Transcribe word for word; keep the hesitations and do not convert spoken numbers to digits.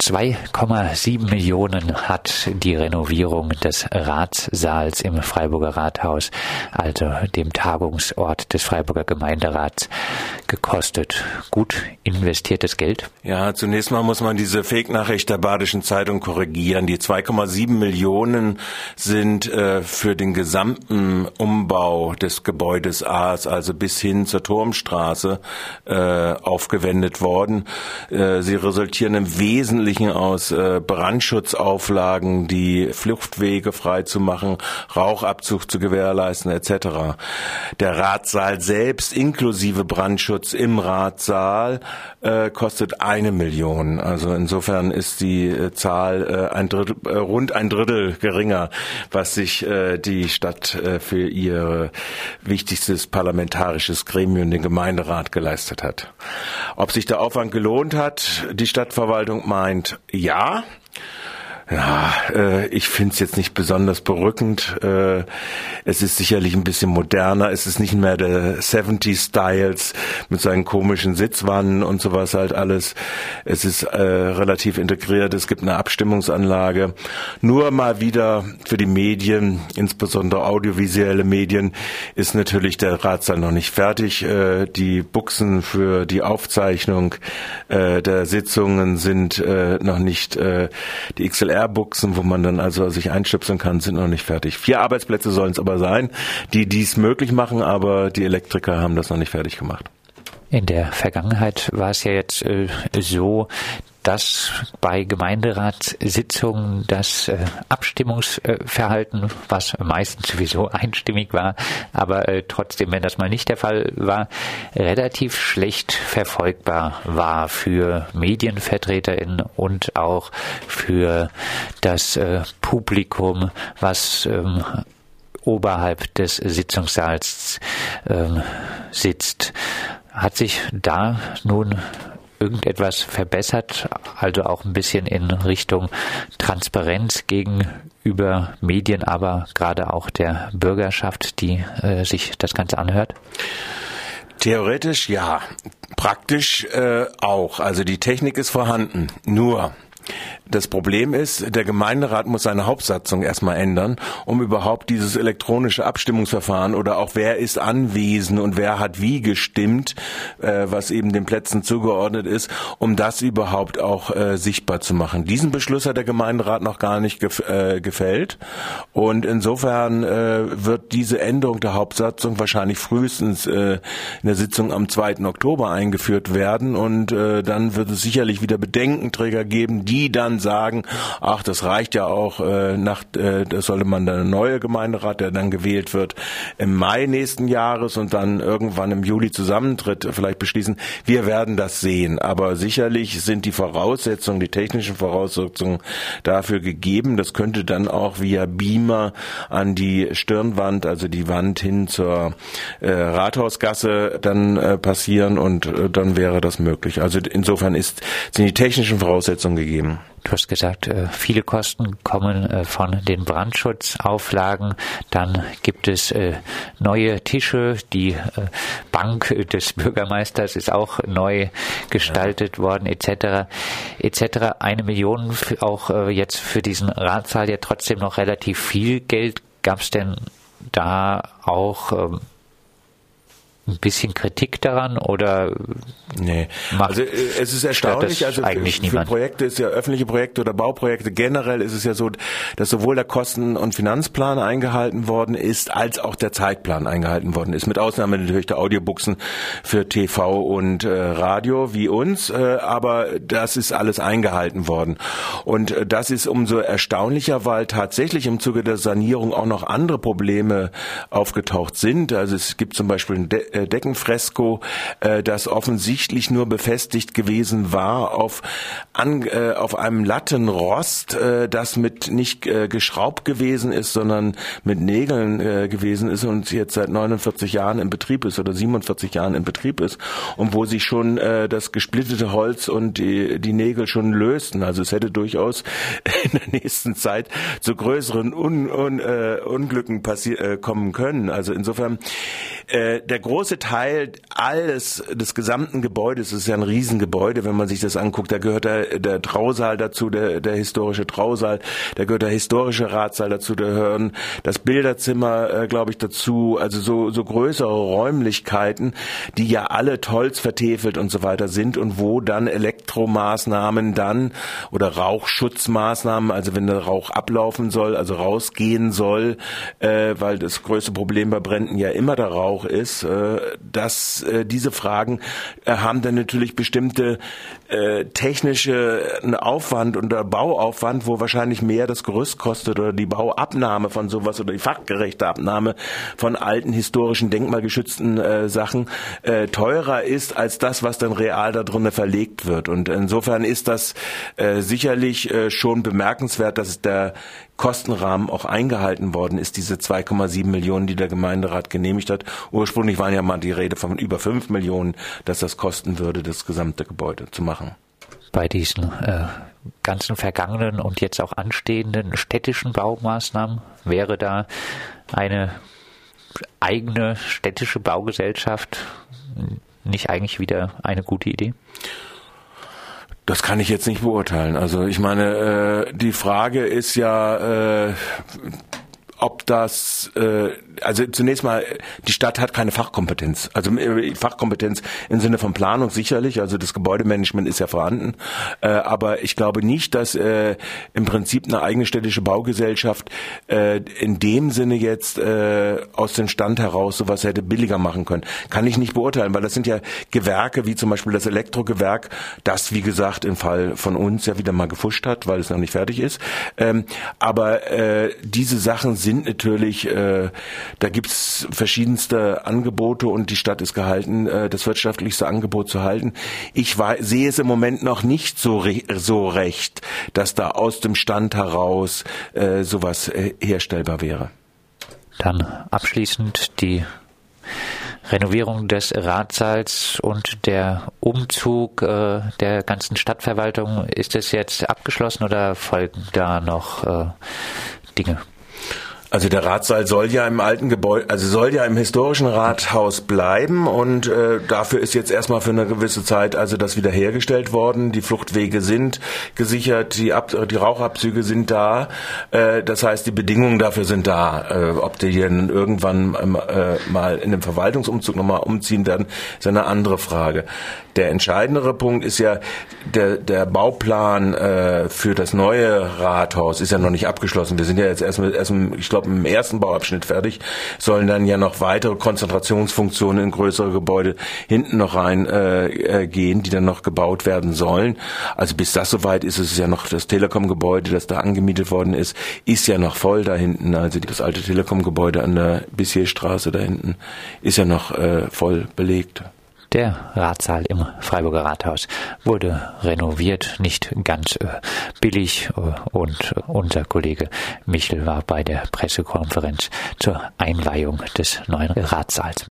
zwei Komma sieben Millionen hat die Renovierung des Ratssaals im Freiburger Rathaus, also dem Tagungsort des Freiburger Gemeinderats, gekostet. Gut investiertes Geld? Ja, zunächst mal muss man diese Fake-Nachricht der Badischen Zeitung korrigieren. Die zwei Komma sieben Millionen sind äh, für den gesamten Umbau des Gebäudes A, also bis hin zur Turmstraße, äh, aufgewendet worden. Äh, sie resultieren im Wesentlichen aus äh, Brandschutzauflagen, die Fluchtwege frei zu machen, Rauchabzug zu gewährleisten et cetera. Der Ratssaal selbst inklusive Brandschutz im Ratssaal äh, kostet eine Million. Also insofern ist die äh, Zahl äh, ein Drittel, äh, rund ein Drittel geringer, was sich äh, die Stadt äh, für ihr wichtigstes parlamentarisches Gremium, den Gemeinderat, geleistet hat. Ob sich der Aufwand gelohnt hat, die Stadtverwaltung meint, ja. Ja, äh, ich finde es jetzt nicht besonders berückend. Äh, es ist sicherlich ein bisschen moderner. Es ist nicht mehr der siebziger Styles mit seinen komischen Sitzwannen und sowas halt alles. Es ist äh, relativ integriert. Es gibt eine Abstimmungsanlage. Nur mal wieder für die Medien, insbesondere audiovisuelle Medien, ist natürlich der Ratssaal noch nicht fertig. Äh, die Buchsen für die Aufzeichnung äh, der Sitzungen sind äh, noch nicht, äh, die X L R-Buchsen, wo man dann also sich einstöpseln kann, sind noch nicht fertig. Vier Arbeitsplätze sollen es aber sein, die dies möglich machen, aber die Elektriker haben das noch nicht fertig gemacht. In der Vergangenheit war es ja jetzt äh, so, dass bei Gemeinderatssitzungen das äh, Abstimmungsverhalten, was meistens sowieso einstimmig war, aber äh, trotzdem, wenn das mal nicht der Fall war, relativ schlecht verfolgbar war für MedienvertreterInnen und auch für das äh, Publikum, was ähm, oberhalb des Sitzungssaals ähm, sitzt. Hat sich da nun irgendetwas verbessert, also auch ein bisschen in Richtung Transparenz gegenüber Medien, aber gerade auch der Bürgerschaft, die äh, sich das Ganze anhört? Theoretisch ja, praktisch äh, auch. Also die Technik ist vorhanden, nur das Problem ist, der Gemeinderat muss seine Hauptsatzung erstmal ändern, um überhaupt dieses elektronische Abstimmungsverfahren oder auch wer ist anwesend und wer hat wie gestimmt, äh, was eben den Plätzen zugeordnet ist, um das überhaupt auch äh, sichtbar zu machen. Diesen Beschluss hat der Gemeinderat noch gar nicht gef- äh, gefällt und insofern äh, wird diese Änderung der Hauptsatzung wahrscheinlich frühestens äh, in der Sitzung am zweiten Oktober eingeführt werden und äh, dann wird es sicherlich wieder Bedenkenträger geben, die die dann sagen, ach, das reicht ja auch, äh, nach, äh, das sollte man dann ein neuer Gemeinderat, der dann gewählt wird, im Mai nächsten Jahres und dann irgendwann im Juli zusammentritt, vielleicht beschließen. Wir werden das sehen, aber sicherlich sind die Voraussetzungen, die technischen Voraussetzungen dafür gegeben. Das könnte dann auch via Beamer an die Stirnwand, also die Wand hin zur äh, Rathausgasse dann äh, passieren und äh, dann wäre das möglich. Also insofern ist, sind die technischen Voraussetzungen gegeben. Du hast gesagt, viele Kosten kommen von den Brandschutzauflagen. Dann gibt es neue Tische. Die Bank des Bürgermeisters ist auch neu gestaltet ja. worden, et cetera et cetera. Eine Million auch jetzt für diesen Ratssaal, ja trotzdem noch relativ viel Geld. Gab es denn da auch ein bisschen Kritik daran oder? Nee, also es ist erstaunlich, also für, für Projekte ist ja öffentliche Projekte oder Bauprojekte generell ist es ja so, dass sowohl der Kosten- und Finanzplan eingehalten worden ist, als auch der Zeitplan eingehalten worden ist, mit Ausnahme natürlich der Audiobuchsen für T V und äh, Radio wie uns, äh, aber das ist alles eingehalten worden und äh, das ist umso erstaunlicher, weil tatsächlich im Zuge der Sanierung auch noch andere Probleme aufgetaucht sind, also es gibt zum Beispiel ein De- Deckenfresko, äh, das offensichtlich nur befestigt gewesen war auf an, äh, auf einem Lattenrost, äh, das mit nicht äh, geschraubt gewesen ist, sondern mit Nägeln äh, gewesen ist und jetzt seit neunundvierzig Jahren in Betrieb ist oder siebenundvierzig Jahren in Betrieb ist und wo sich schon äh, das gesplittete Holz und die, die Nägel schon lösten. Also es hätte durchaus in der nächsten Zeit zu größeren Un, Un, äh, Unglücken passi- äh, kommen können. Also insofern äh, der große große Teil alles des gesamten Gebäudes, das ist ja ein Riesengebäude, wenn man sich das anguckt, da gehört der, der Trausaal dazu, der, der historische Trausaal, da gehört der historische Ratssaal dazu, da gehören das Bilderzimmer, äh, glaube ich, dazu, also so, so größere Räumlichkeiten, die ja alle Holz vertefelt und so weiter sind und wo dann Elektromaßnahmen dann oder Rauchschutzmaßnahmen, also wenn der Rauch ablaufen soll, also rausgehen soll, äh, weil das größte Problem bei Bränden ja immer der Rauch ist, äh, dass äh, diese Fragen äh, haben dann natürlich bestimmte äh, technische äh, Aufwand und der Bauaufwand, wo wahrscheinlich mehr das Gerüst kostet oder die Bauabnahme von sowas oder die fachgerechte Abnahme von alten historischen denkmalgeschützten äh, Sachen äh, teurer ist als das, was dann real da drunter verlegt wird. Und insofern ist das äh, sicherlich äh, schon bemerkenswert, dass der Kostenrahmen auch eingehalten worden ist, diese zwei Komma sieben Millionen, die der Gemeinderat genehmigt hat. Ursprünglich waren ja mal die Rede von über fünf Millionen, dass das kosten würde, das gesamte Gebäude zu machen. Bei diesen äh, ganzen vergangenen und jetzt auch anstehenden städtischen Baumaßnahmen wäre da eine eigene städtische Baugesellschaft nicht eigentlich wieder eine gute Idee? Das kann ich jetzt nicht beurteilen. Also ich meine, äh, die Frage ist ja, äh, ob das, äh, also zunächst mal, die Stadt hat keine Fachkompetenz. Also äh, Fachkompetenz im Sinne von Planung sicherlich, also das Gebäudemanagement ist ja vorhanden. Äh, aber ich glaube nicht, dass äh, im Prinzip eine eigene städtische Baugesellschaft äh, in dem Sinne jetzt äh, aus dem Stand heraus sowas hätte billiger machen können. Kann ich nicht beurteilen, weil das sind ja Gewerke, wie zum Beispiel das Elektrogewerk, das, wie gesagt, im Fall von uns ja wieder mal gefuscht hat, weil es noch nicht fertig ist. Ähm, aber äh, diese Sachen sind sind natürlich, äh, da gibt's verschiedenste Angebote und die Stadt ist gehalten, äh, das wirtschaftlichste Angebot zu halten. Ich war, sehe es im Moment noch nicht so, re- so recht, dass da aus dem Stand heraus äh, sowas äh, herstellbar wäre. Dann abschließend die Renovierung des Ratssaals und der Umzug äh, der ganzen Stadtverwaltung. Ist das jetzt abgeschlossen oder folgen da noch äh, Dinge? Also der Ratssaal soll ja im alten Gebäude, also soll ja im historischen Rathaus bleiben und äh, dafür ist jetzt erstmal für eine gewisse Zeit also das wiederhergestellt worden. Die Fluchtwege sind gesichert, die, Ab- die Rauchabzüge sind da. Äh, das heißt, die Bedingungen dafür sind da. Äh, ob die hier irgendwann äh, mal in dem Verwaltungsumzug nochmal umziehen werden, ist eine andere Frage. Der entscheidendere Punkt ist ja, der, der Bauplan äh, für das neue Rathaus ist ja noch nicht abgeschlossen. Wir sind ja jetzt erst mit, erst im, ich glaube, im ersten Bauabschnitt fertig, sollen dann ja noch weitere Konzentrationsfunktionen in größere Gebäude hinten noch rein äh, gehen, die dann noch gebaut werden sollen. Also bis das soweit ist, ist es ja noch das Telekom-Gebäude, das da angemietet worden ist, ist ja noch voll da hinten. Also das alte Telekom-Gebäude an der Bissierstraße da hinten ist ja noch äh, voll belegt. Der Ratssaal im Freiburger Rathaus wurde renoviert, nicht ganz äh, billig äh, und äh, unser Kollege Michel war bei der Pressekonferenz zur Einweihung des neuen Ratssaals.